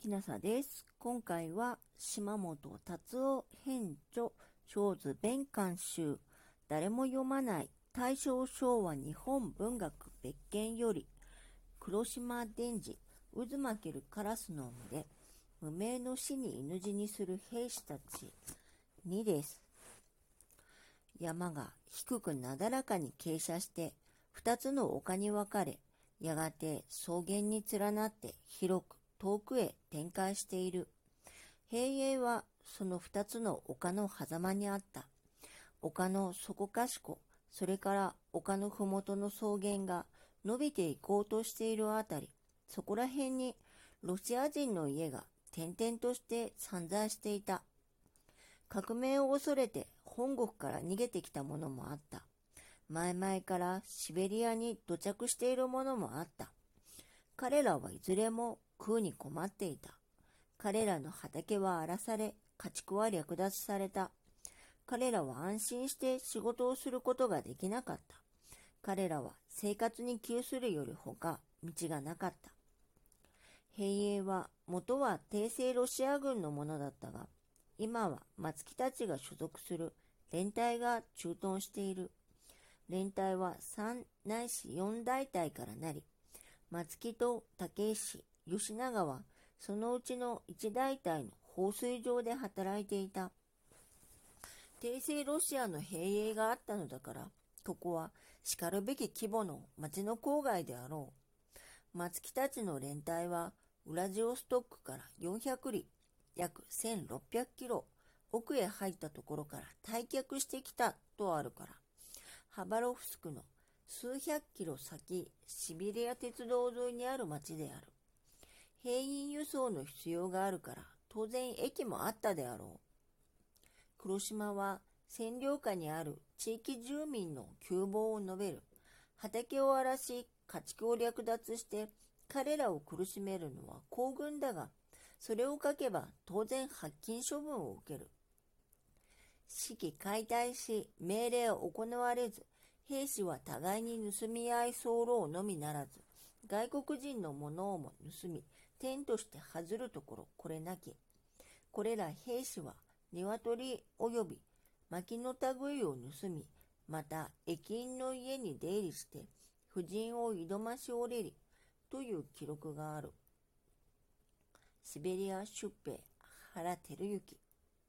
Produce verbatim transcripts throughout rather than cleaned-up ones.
きなさです。今回は島本達夫編著小図弁監修誰も読まない大正昭和日本文学別件より黒島伝次渦巻けるカラスの群れ無名の死に犬死にする兵士たちにです。山が低くなだらかに傾斜して二つの丘に分かれ、やがて草原に連なって広く遠くへ展開している。平野はその二つの丘の狭間にあった。丘のそこかしこ、それから丘のふもとの草原が伸びていこうとしているあたり、そこら辺にロシア人の家が点々として散在していた。革命を恐れて本国から逃げてきたものもあった。前々からシベリアに土着しているものもあった。彼らはいずれも食うに困っていた。彼らの畑は荒らされ、家畜は略奪された。彼らは安心して仕事をすることができなかった。彼らは生活に窮するよりほか道がなかった。兵営は元は帝政ロシア軍のものだったが、今は松木たちが所属する連隊が駐屯している。連隊は三ないし四大隊からなり、松木と武石、吉永はそのうちの一大隊の放水場で働いていた。帝政ロシアの兵営があったのだから、ここはしかるべき規模の町の郊外であろう。松木たちの連隊はウラジオストックからよんひゃく里、約せんろっぴゃくキロ奥へ入ったところから退却してきたとあるから、ハバロフスクの数百キロ先、シベリア鉄道沿いにある町である。兵員輸送の必要があるから、当然駅もあったであろう。黒島は占領下にある地域住民の窮乏を述べる。畑を荒らし、家畜を略奪して彼らを苦しめるのは皇軍だが、それを書けば当然発禁処分を受ける。指揮解体し命令を行われず、兵士は互いに盗み合い候のみならず、外国人のものをも盗み、天として外るところこれなき。これら兵士は鶏及び薪の類を盗み、また駅員の家に出入りして婦人を挑ましおれりという記録がある。シベリア出兵原照之。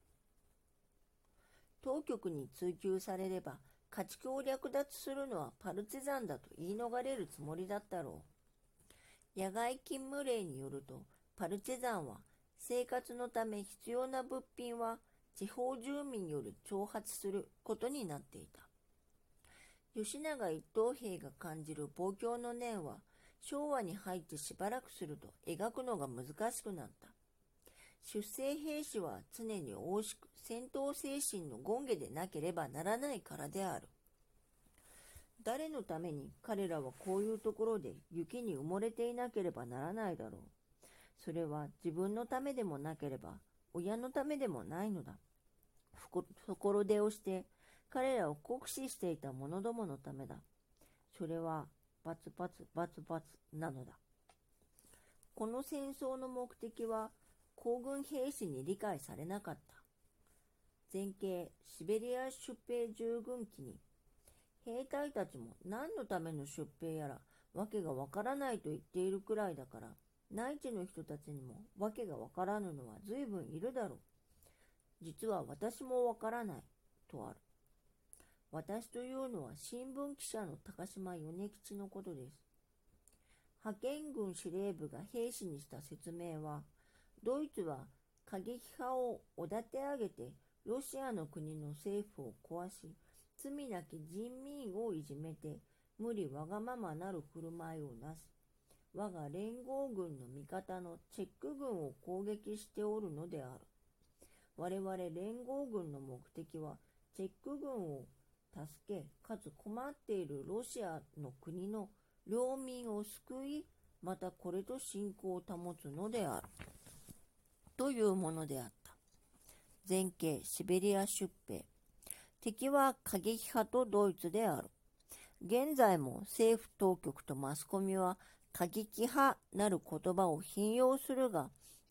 当局に追及されれば、家畜を略奪するのはパルチザンだと言い逃れるつもりだったろう。野外勤務令によると、パルチザンは生活のため必要な物品は地方住民より徴発することになっていた。吉永一等兵が感じる望郷の念は、昭和に入ってしばらくすると描くのが難しくなった。出征兵士は常に大しく戦闘精神の権下でなければならないからである。誰のために彼らはこういうところで雪に埋もれていなければならないだろう。それは自分のためでもなければ親のためでもないのだ。ところ出をして彼らを酷使していた者どものためだ。それはバツバツバツバツなのだ。この戦争の目的は皇軍兵士に理解されなかった。前景シベリア出兵従軍期に兵隊たちも何のための出兵やらわけがわからないと言っているくらいだから、内地の人たちにもわけがわからぬのは随分いるだろう。実は私もわからないとある。私というのは新聞記者の高島米吉のことです。派遣軍司令部が兵士にした説明は、ドイツは過激派をおだて上げてロシアの国の政府を壊し、罪なき人民をいじめて無理わがままなる振る舞いをなす。我が連合軍の味方のチェック軍を攻撃しておるのである。我々連合軍の目的はチェック軍を助け、かつ困っているロシアの国の領民を救い、またこれと信仰を保つのである。というものであった。前景シベリア出兵。敵は過激派とドイツである。現在も政府当局とマスコミは過激派なる言葉を頻用するが、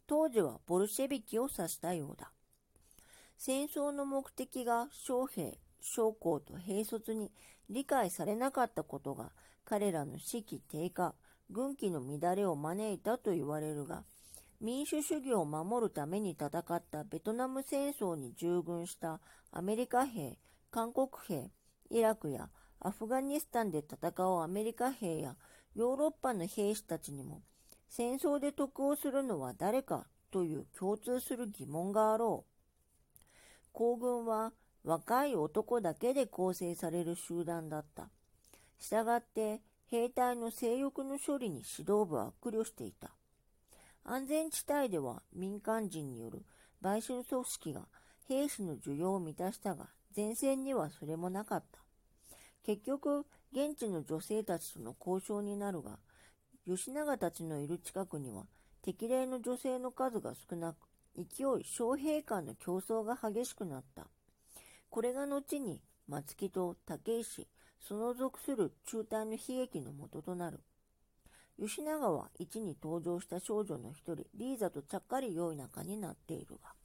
当時はボルシェビキを指したようだ。戦争の目的が将兵、将校と兵卒に理解されなかったことが彼らの士気低下、軍紀の乱れを招いたと言われるが、民主主義を守るために戦ったベトナム戦争に従軍したアメリカ兵、韓国兵、イラクやアフガニスタンで戦うアメリカ兵やヨーロッパの兵士たちにも、戦争で得をするのは誰かという共通する疑問があろう。皇軍は若い男だけで構成される集団だった。したがって兵隊の性欲の処理に指導部は苦慮していた。安全地帯では民間人による売春組織が兵士の需要を満たしたが、前線にはそれもなかった。結局、現地の女性たちとの交渉になるが、吉永たちのいる近くには適齢の女性の数が少なく、勢い将兵間の競争が激しくなった。これが後に松木と武石、その属する中隊の悲劇の元となる。吉永は一に登場した少女の一人、リーザとちゃっかり良い仲になっているが。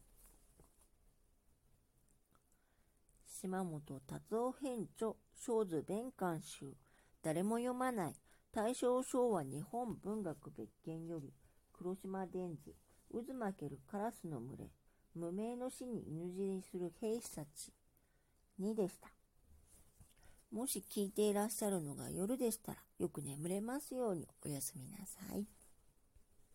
島本達夫編著、小図弁官集、誰も読まない、大正昭和日本文学別件より、黒島伝図、渦巻けるカラスの群れ、無名の死に犬死にする兵士たちにでした。もし聞いていらっしゃるのが夜でしたら、よく眠れますようにおやすみなさい。